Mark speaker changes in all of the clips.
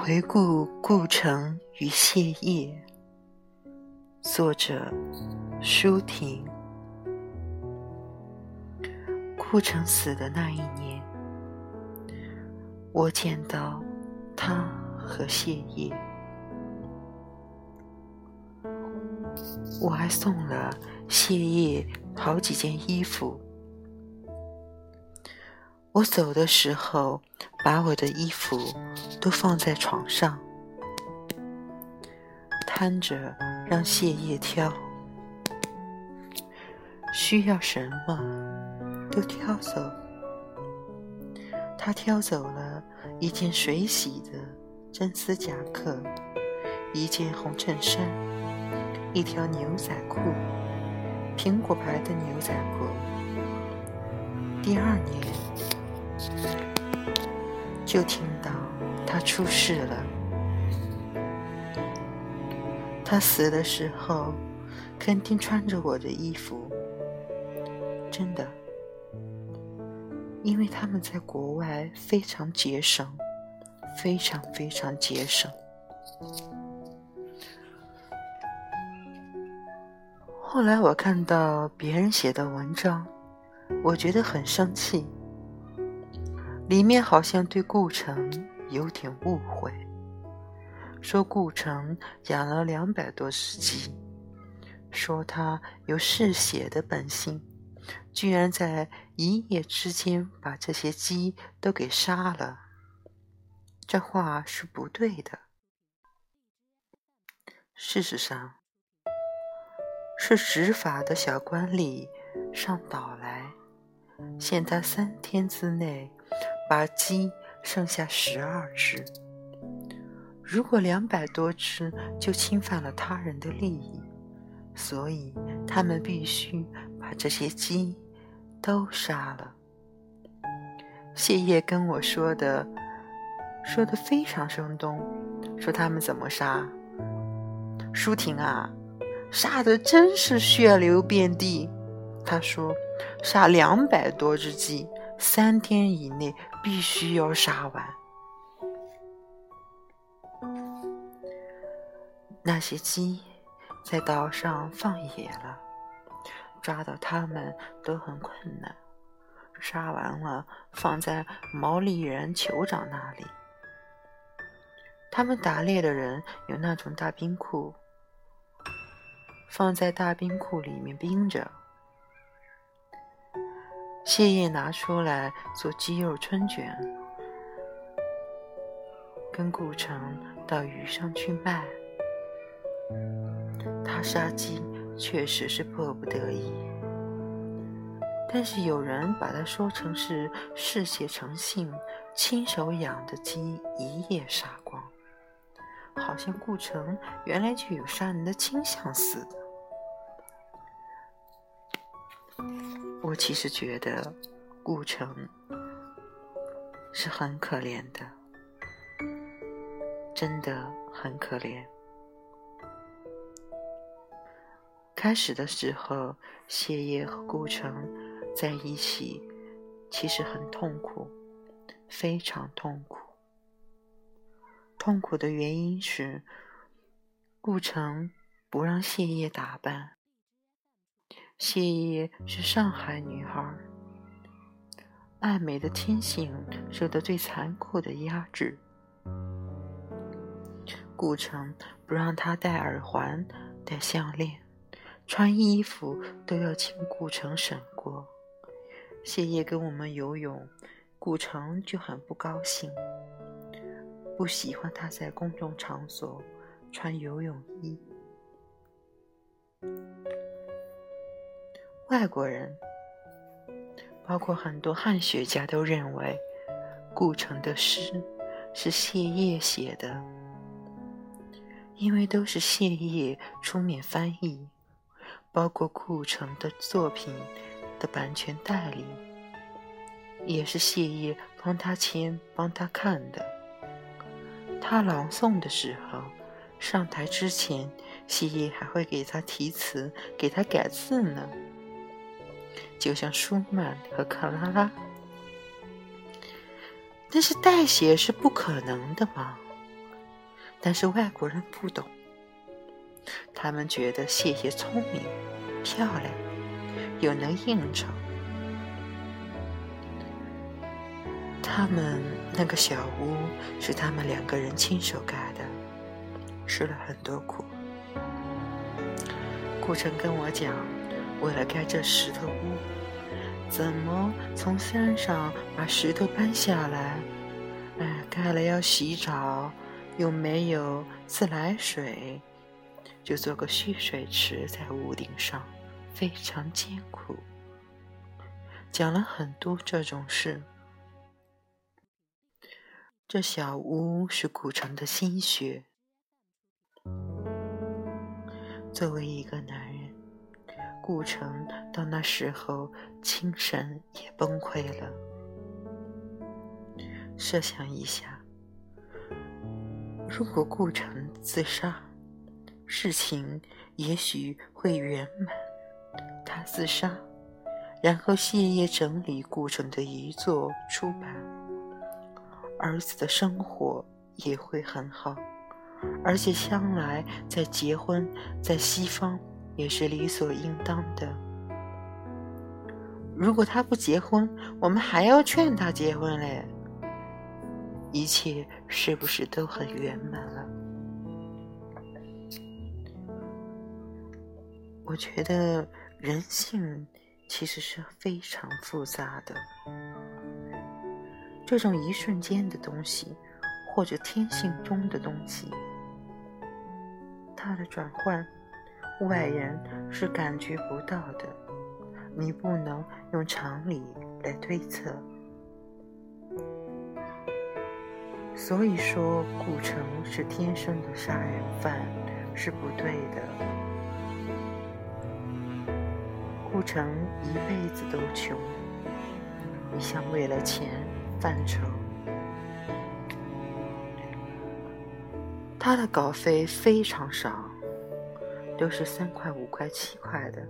Speaker 1: 回顾顾城与谢烨，作者舒婷。顾城死的那一年，我见到他和谢烨，我还送了谢烨好几件衣服。我走的时候，把我的衣服都放在床上，摊着让谢烨挑，需要什么都挑走。他挑走了一件水洗的真丝夹克，一件红衬衫，一条牛仔裤，苹果牌的牛仔裤。第二年就听到他出事了。他死的时候肯定穿着我的衣服，真的，因为他们在国外非常节省，非常非常节省。后来我看到别人写的文章，我觉得很生气，里面好像对顾城有点误会，说顾城养了200多只鸡，说他有嗜血的本性，居然在一夜之间把这些鸡都给杀了。这话是不对的。事实上，是执法的小官吏上岛来，限他3天之内把鸡剩下12只。如果200多只就侵犯了他人的利益，所以他们必须把这些鸡都杀了。谢烨跟我说的非常生动，说他们怎么杀。舒婷啊，杀的真是血流遍地。他说杀200多只鸡，3天以内必须要杀完。那些鸡在岛上放野了，抓到它们都很困难，杀完了放在毛利人酋长那里。他们打猎的人有那种大冰库，放在大冰库里面冰着。谢烨拿出来做鸡肉春卷，跟顾城到鱼上去卖。他杀鸡确实是迫不得已，但是有人把它说成是嗜血成性，亲手养的鸡一夜杀光，好像顾城原来就有杀人的倾向似的。我其实觉得顾城是很可怜的，真的很可怜。开始的时候，谢烨和顾城在一起，其实很痛苦，非常痛苦。痛苦的原因是，顾城不让谢烨打扮。谢烨是上海女孩，爱美的天性受到最残酷的压制。顾城不让她戴耳环、戴项链，穿衣服都要请顾城审过。谢烨跟我们游泳，顾城就很不高兴，不喜欢他在公众场所穿游泳衣。外国人，包括很多汉学家都认为顾城的诗是谢烨写的，因为都是谢烨出面翻译，包括顾城的作品的版权代理，也是谢烨帮他签帮他看的。他朗诵的时候，上台之前谢烨还会给他题词，给他改字呢，就像舒曼和克拉拉。但是代写是不可能的嘛， 但是外国人不懂，他们觉得谢谢聪明、漂亮，又能应酬。他们那个小屋是他们2个人亲手盖的，吃了很多苦。顾城跟我讲，为了盖这石头屋，怎么从山上把石头搬下来，盖了要洗澡，又没有自来水，就做个蓄水池在屋顶上，非常艰苦。讲了很多这种事。这小屋是顾城的心血。作为一个男人，顾城到那时候精神也崩溃了。设想一下，如果顾城自杀，事情也许会圆满。他自杀，然后谢业整理顾城的遗作出版，儿子的生活也会很好，而且将来再结婚，在西方也是理所应当的。如果他不结婚，我们还要劝他结婚嘞，一切是不是都很圆满了？我觉得人性其实是非常复杂的，这种一瞬间的东西，或者天性中的东西，它的转换，外人是感觉不到的，你不能用常理来推测。所以说顾城是天生的杀人犯是不对的。顾城一辈子都穷，一向为了钱犯愁。他的稿费非常少，都是3块、5块、7块的。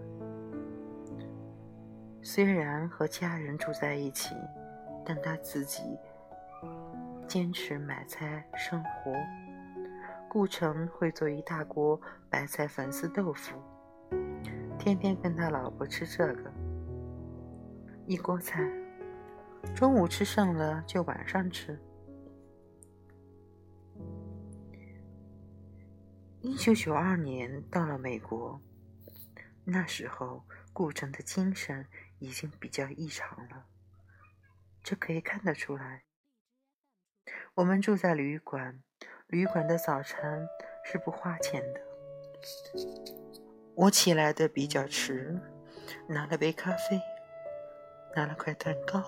Speaker 1: 虽然和家人住在一起，但他自己坚持买菜生活。顾城会做一大锅白菜粉丝豆腐，天天跟他老婆吃这个一锅菜，中午吃剩了就晚上吃。1992年到了美国，那时候顾城的精神已经比较异常了，这可以看得出来。我们住在旅馆，旅馆的早餐是不花钱的。我起来的比较迟，拿了杯咖啡，拿了块蛋糕。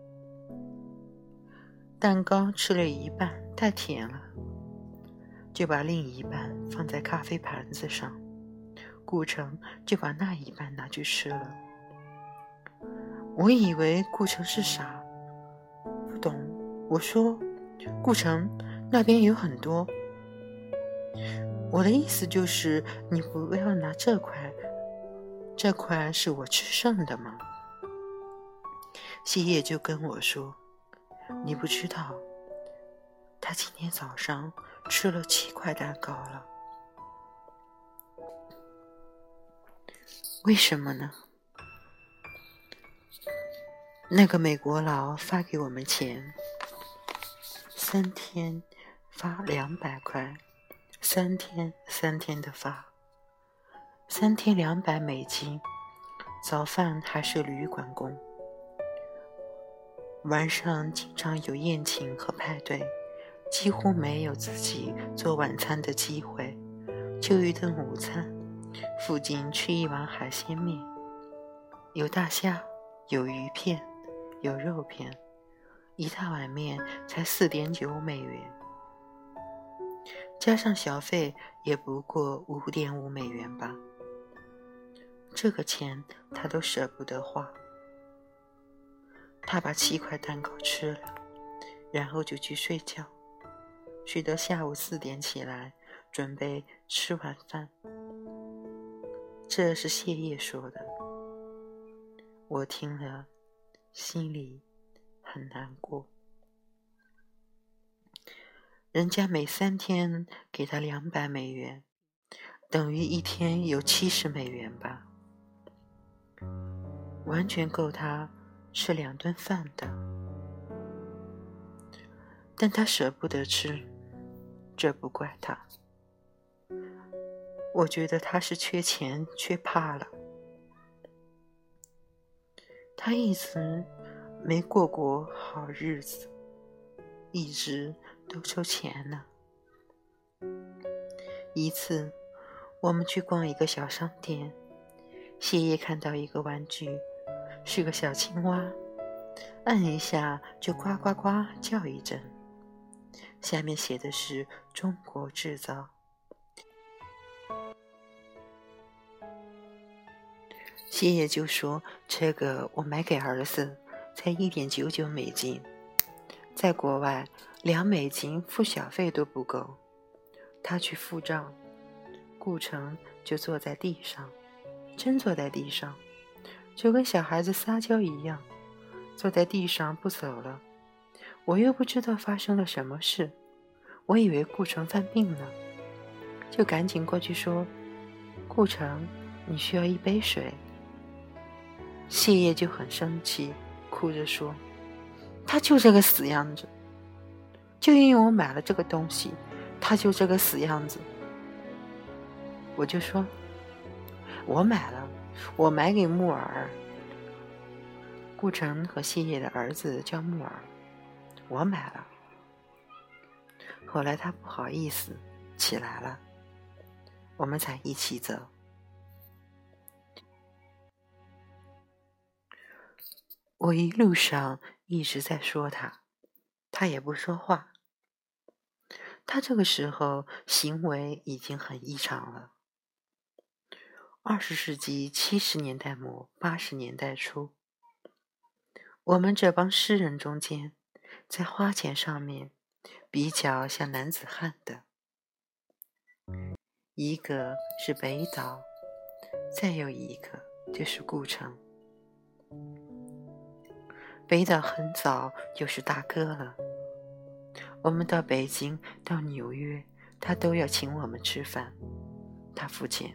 Speaker 1: 蛋糕吃了一半，太甜了，就把另一半放在咖啡盘子上。顾城就把那一半拿去吃了。我以为顾城是傻，不懂。我说，顾城，那边有很多。我的意思就是，你不要拿这块，这块是我吃剩的吗？谢烨就跟我说，你不知道，他今天早上吃了7块蛋糕了。为什么呢？那个美国佬发给我们钱，3天发200块，3天3天的发，3天200美金，早饭还是旅馆供，晚上经常有宴请和派对，几乎没有自己做晚餐的机会，就一顿午餐，附近吃一碗海鲜面，有大虾，有鱼片，有肉片，一大碗面才4.9美元，加上小费也不过5.5美元吧。这个钱他都舍不得花。他把7块蛋糕吃了，然后就去睡觉，睡到下午4点起来，准备吃晚饭。这是谢烨说的，我听了心里很难过。 人家每3天给他$200，等于一天有$70吧，完全够他吃2顿饭的。但他舍不得吃，这不怪他。我觉得他是缺钱缺怕了。他一直没过好日子，一直都抽钱呢。一次我们去逛一个小商店，谢爷看到一个玩具，是个小青蛙，按一下就呱呱呱叫一阵，下面写的是中国制造。谢爷就说，这个我买给儿子才$1.99，在国外$2付小费都不够。他去付账，顾城就坐在地上，真坐在地上，就跟小孩子撒娇一样，坐在地上不走了。我又不知道发生了什么事，我以为顾城犯病了，就赶紧过去说，顾城，你需要一杯水。谢爷就很生气，哭着说，他就这个死样子，就因为我买了这个东西，他就这个死样子。我就说，我买了，我买给木耳。顾城和谢爷的儿子叫木耳，我买了。后来他不好意思起来了，我们才一起走。我一路上一直在说他，他也不说话。他这个时候行为已经很异常了。20世纪70年代末80年代初，我们这帮诗人中间，在花钱上面比较像男子汉的，一个是北岛，再有一个就是顾城。北岛很早就是大哥了，我们到北京到纽约，他都要请我们吃饭，他付钱。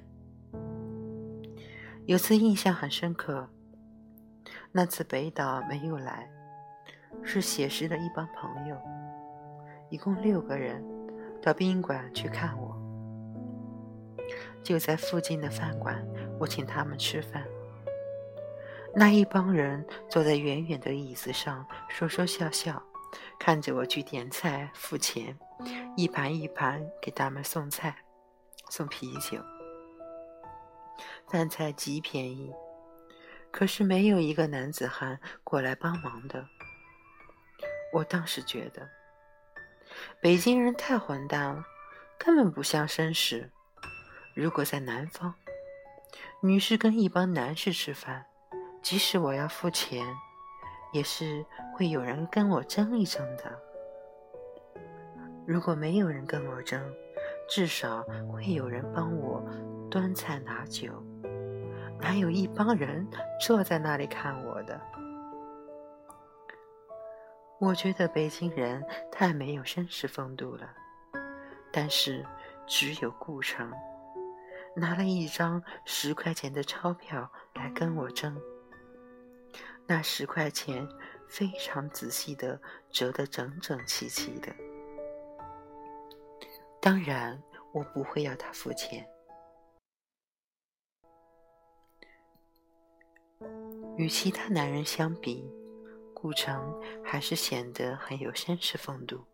Speaker 1: 有次印象很深刻，那次北岛没有来，是写诗的一帮朋友，一共6个人到宾馆去看我。就在附近的饭馆，我请他们吃饭。那一帮人坐在远远的椅子上，说说笑笑，看着我去点菜付钱，一盘一盘给他们送菜送啤酒。饭菜极便宜，可是没有一个男子汉过来帮忙的。我当时觉得北京人太混蛋了，根本不像绅士。如果在南方，女士跟一帮男士吃饭，即使我要付钱，也是会有人跟我争一争的。如果没有人跟我争，至少会有人帮我端菜拿酒，哪有一帮人坐在那里看我的？我觉得北京人太没有绅士风度了，但是只有顾城拿了一张10块钱的钞票来跟我争。那10块钱非常仔细地折得整整齐齐的。当然我不会要他付钱。与其他男人相比，顾城还是显得很有绅士风度。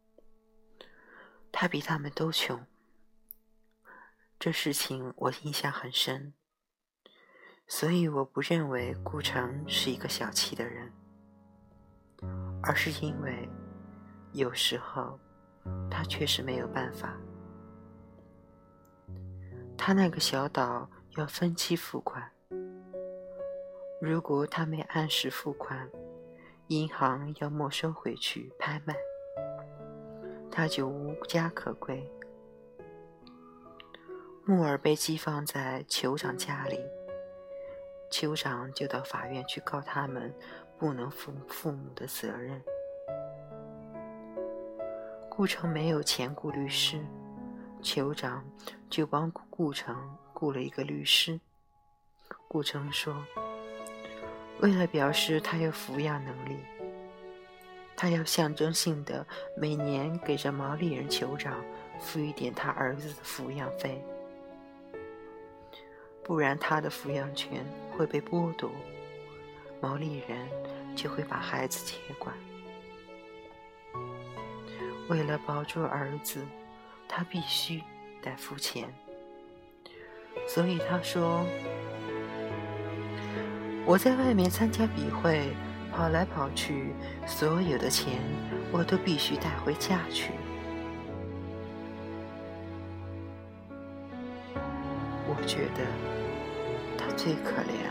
Speaker 1: 他比他们都穷，这事情我印象很深，所以我不认为顾城是一个小气的人，而是因为有时候他确实没有办法。他那个小岛要分期付款，如果他没按时付款，银行要没收回去拍卖，他就无家可归。木耳被寄放在酋长家里，酋长就到法院去告他们不能负父母的责任。 顾城没有钱雇律师，酋长就帮顾城雇了一个律师。顾城说，为了表示他有抚养能力，他要象征性的每年给这毛利人酋长付一点他儿子的抚养费，不然他的抚养权会被剥夺，毛利人就会把孩子接管。为了保住儿子，他必须得付钱，所以他说，我在外面参加比会，跑来跑去，所有的钱我都必须带回家去。我觉得他最可怜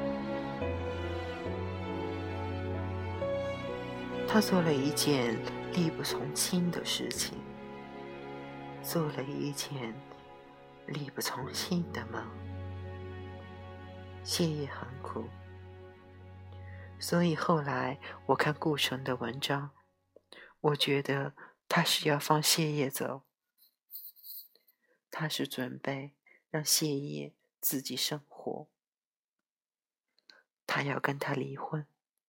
Speaker 1: 了，他做了一件力不从心的事情，做了一件力不从心的梦。谢业很苦，所以后来我看顾城的文章，我觉得他是要放谢业走，他是准备让谢业自己生活，他要跟他离婚。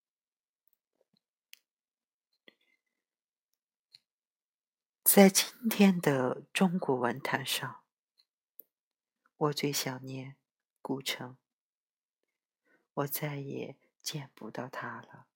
Speaker 1: 在今天的中国文坛上，我最想念顾城，我再也见不到他了。